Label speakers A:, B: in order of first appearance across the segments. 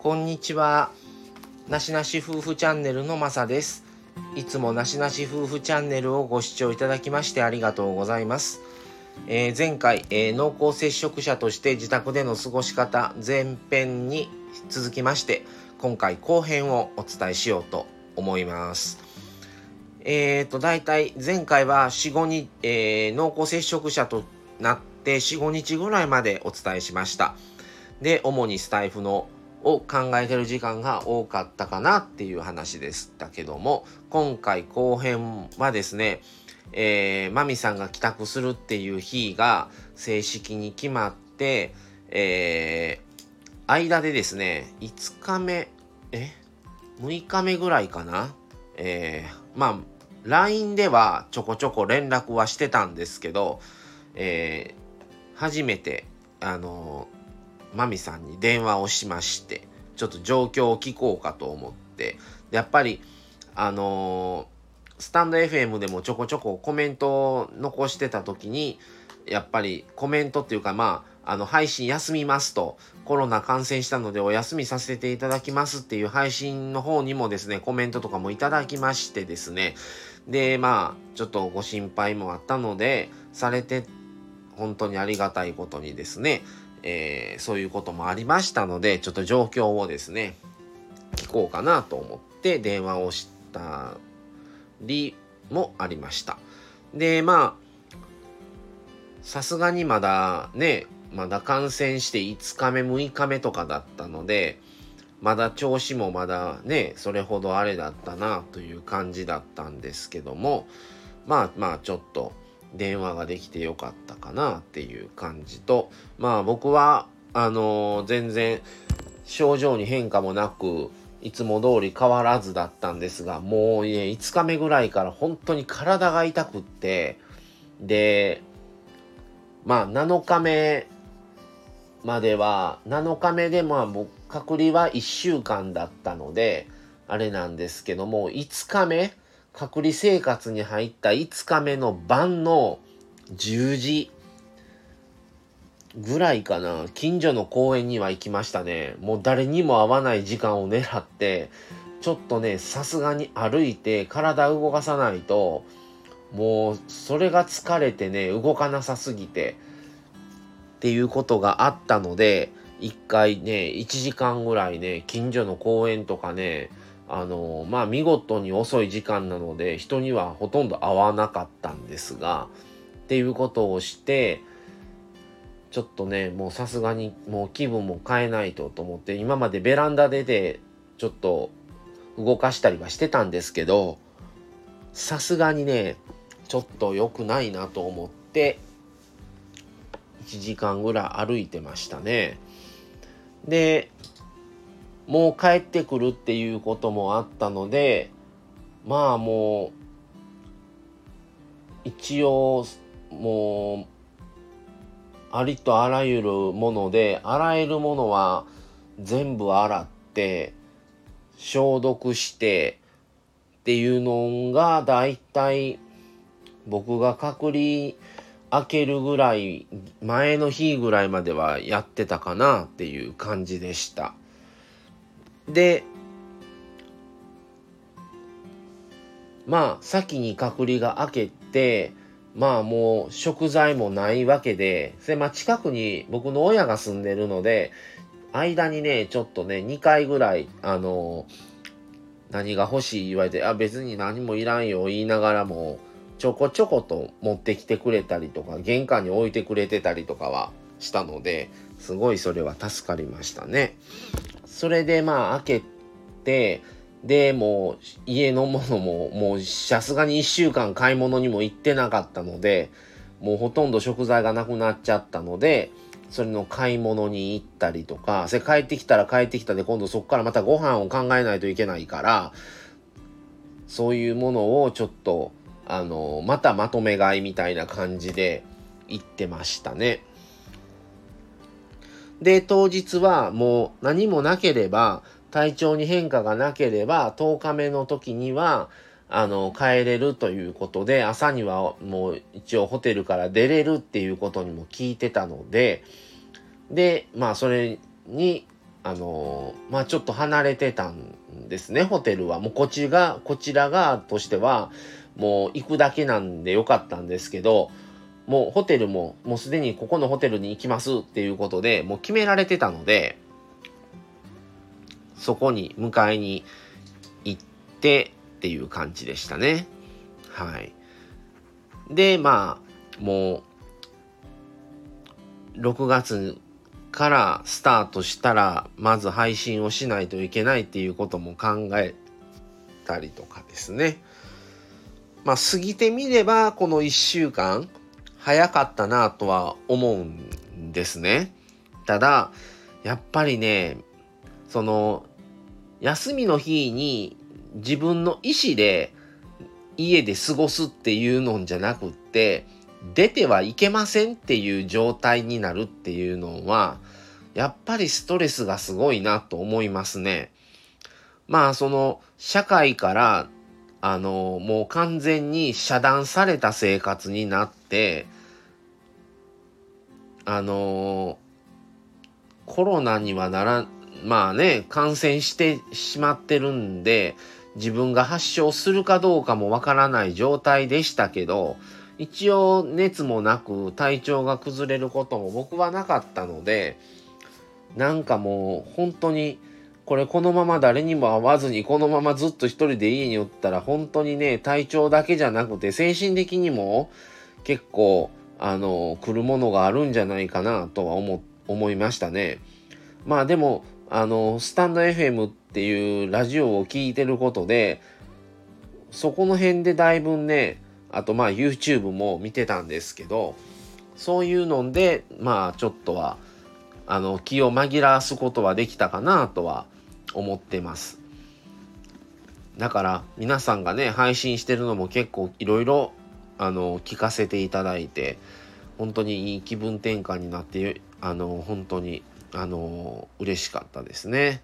A: こんにちは。なしなし夫婦チャンネルのまさです。いつもなしなし夫婦チャンネルをご視聴いただきましてありがとうございます。前回、濃厚接触者として自宅での過ごし方前編に続きまして今回後編をお伝えしようと思います。だいたい前回は4、5日、濃厚接触者となって4、5日ぐらいまでお伝えしました。で、主にスタイフのを考えてる時間が多かったかなっていう話でしたけども、今回後編はですね、マミさんが帰宅するっていう日が正式に決まって、間でですね、5日目、6日目ぐらいかな、LINE ではちょこちょこ連絡はしてたんですけど、初めてマミさんに電話をしまして、ちょっと状況を聞こうかと思って、やっぱりスタンド FM でもちょこちょこコメントを残してた時に、やっぱりコメントっていうか配信休みますと、コロナ感染したのでお休みさせていただきますっていう配信の方にもですね、コメントとかもいただきましてですね、でちょっとご心配もあったのでされて、本当にありがたいことにですね、そういうこともありましたので、ちょっと状況をですね聞こうかなと思って電話をしたりもありました。でさすがにまだ感染して5日目6日目とかだったので、まだ調子もまだそれほどあれだったなという感じだったんですけども、ちょっと電話ができてよかったかなっていう感じと、僕は全然症状に変化もなくいつも通り変わらずだったんですが、もう5日目ぐらいから本当に体が痛くって、で7日目までは7日目で僕隔離は1週間だったのであれなんですけども、5日目隔離生活に入った5日目の晩の10時ぐらいかな、近所の公園には行きましたね。もう誰にも会わない時間を狙ってちょっとさすがに歩いて体動かさないと、もうそれが疲れて動かなさすぎてっていうことがあったので、一回1時間ぐらい近所の公園とか見事に遅い時間なので人にはほとんど会わなかったんですが、っていうことをしてちょっともうさすがにもう気分も変えないと思って、今までベランダでちょっと動かしたりはしてたんですけど、さすがにちょっと良くないなと思って1時間ぐらい歩いてましたね。でもう帰ってくるっていうこともあったので、もう一応もうありとあらゆるもので洗えるものは全部洗って消毒してっていうのがだいたい僕が隔離開けるぐらい前の日ぐらいまではやってたかなっていう感じでした。で先に隔離が明けてもう食材もないわけで、近くに僕の親が住んでるので間にちょっと2回ぐらい何が欲しい言われて、別に何もいらんよ言いながらもちょこちょこと持ってきてくれたりとか玄関に置いてくれてたりとかはしたので、すごいそれは助かりましたね。それで開けて、でもう家のものももうさすがに1週間買い物にも行ってなかったので、もうほとんど食材がなくなっちゃったので、それの買い物に行ったりとか、帰ってきたら帰ってきたで今度そこからまたご飯を考えないといけないから、そういうものをちょっとまとめ買いみたいな感じで行ってましたね。で当日はもう何もなければ、体調に変化がなければ10日目の時には帰れるということで、朝にはもう一応ホテルから出れるっていうことにも聞いてたので、それにちょっと離れてたんですね、ホテルは。もうこちら側としては、もう行くだけなんでよかったんですけど、もうホテルも、もうすでにここのホテルに行きますっていうことで、もう決められてたので、そこに迎えに行ってっていう感じでしたね。はい。で、もう、6月からスタートしたら、まず配信をしないといけないっていうことも考えたりとかですね。過ぎてみれば、この1週間、早かったなとは思うんですね。ただ、やっぱりね、休みの日に自分の意思で家で過ごすっていうのじゃなくって、出てはいけませんっていう状態になるっていうのは、やっぱりストレスがすごいなと思いますね。社会から、もう完全に遮断された生活になって、コロナには感染してしまってるんで、自分が発症するかどうかもわからない状態でしたけど、一応熱もなく体調が崩れることも僕はなかったので、なんかもう本当にこのまま誰にも会わずにこのままずっと一人で家におったら本当にね、体調だけじゃなくて精神的にも結構来るものがあるんじゃないかなとは思いましたね。でもスタンド FM っていうラジオを聞いてることで、そこの辺でだいぶね、あとYouTube も見てたんですけど、そういうのでちょっとは気を紛らわすことはできたかなとは思ってます。だから皆さんがね配信してるのも結構いろいろ聞かせていただいて、本当にいい気分転換になって本当に嬉しかったですね。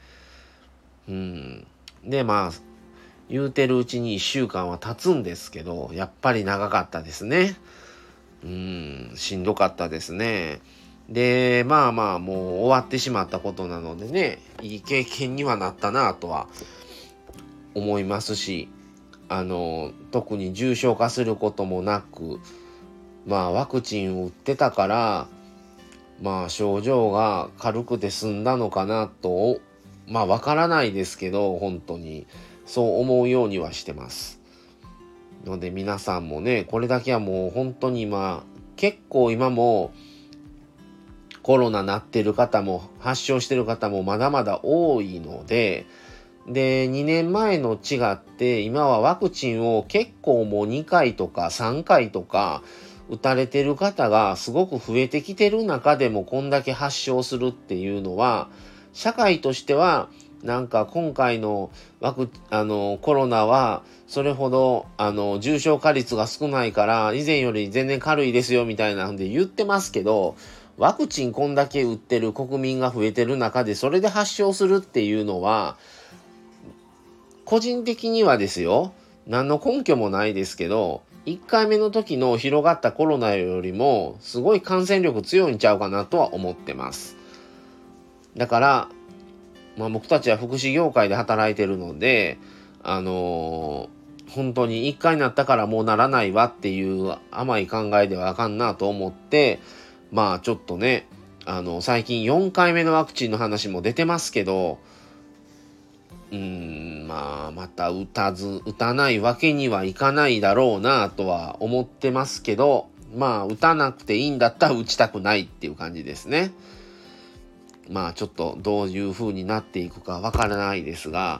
A: で言うてるうちに1週間は経つんですけど、やっぱり長かったですね。しんどかったですね。でもう終わってしまったことなのでね、いい経験にはなったなとは思いますし、特に重症化することもなく、ワクチンを打ってたから症状が軽くて済んだのかなとわからないですけど、本当にそう思うようにはしてますので、皆さんもねこれだけはもう本当に結構今もコロナなってる方も発症してる方もまだまだ多いので、2年前の違って今はワクチンを結構もう2回とか3回とか打たれてる方がすごく増えてきてる中でもこんだけ発症するっていうのは、社会としてはなんか今回のコロナはそれほど重症化率が少ないから以前より全然軽いですよみたいなんで言ってますけど、ワクチンこんだけ打ってる国民が増えてる中でそれで発症するっていうのは、個人的にはですよ、何の根拠もないですけど、1回目の時の広がったコロナよりもすごい感染力強いんちゃうかなとは思ってます。だから僕たちは福祉業界で働いてるので、本当に1回になったからもうならないわっていう甘い考えではあかんなと思って、ちょっとね最近4回目のワクチンの話も出てますけど、また打たないわけにはいかないだろうなとは思ってますけど、打たなくていいんだったら打ちたくないっていう感じですね。ちょっとどういう風になっていくかわからないですが、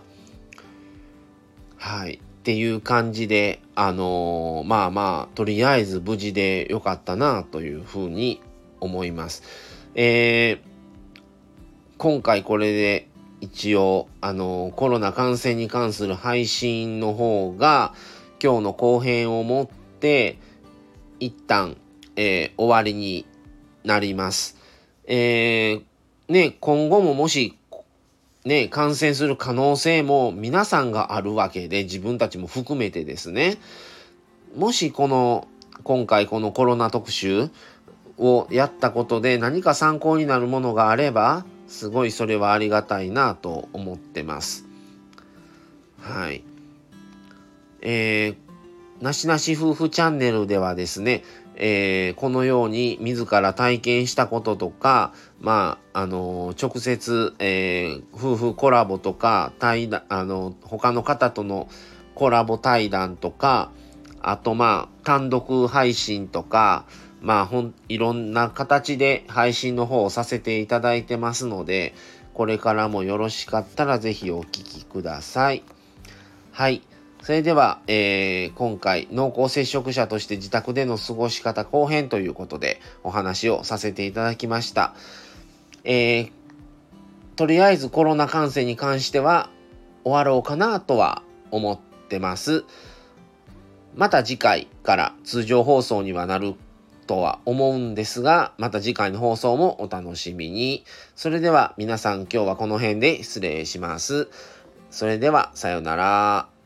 A: はいっていう感じでとりあえず無事でよかったなという風に思います。今回これで一応コロナ感染に関する配信の方が今日の後編をもって一旦、終わりになります。今後ももし感染する可能性も皆さんがあるわけで、自分たちも含めてですね、もし今回このコロナ特集をやったことで何か参考になるものがあれば、 すごいそれはありがたいなと思ってます。はい。なしなし夫婦チャンネルではですね、このように自ら体験したこととか、直接、夫婦コラボとか、他の方とのコラボ対談とか、あと単独配信とか、いろんな形で配信の方をさせていただいてますので、これからもよろしかったらぜひお聞きください。はい。それでは、今回濃厚接触者として自宅での過ごし方後編ということでお話をさせていただきました。とりあえずコロナ感染に関しては終わろうかなとは思ってます。また次回から通常放送にはなるとは思うんですが、また次回の放送もお楽しみに。それでは皆さん今日はこの辺で失礼します。それではさようなら。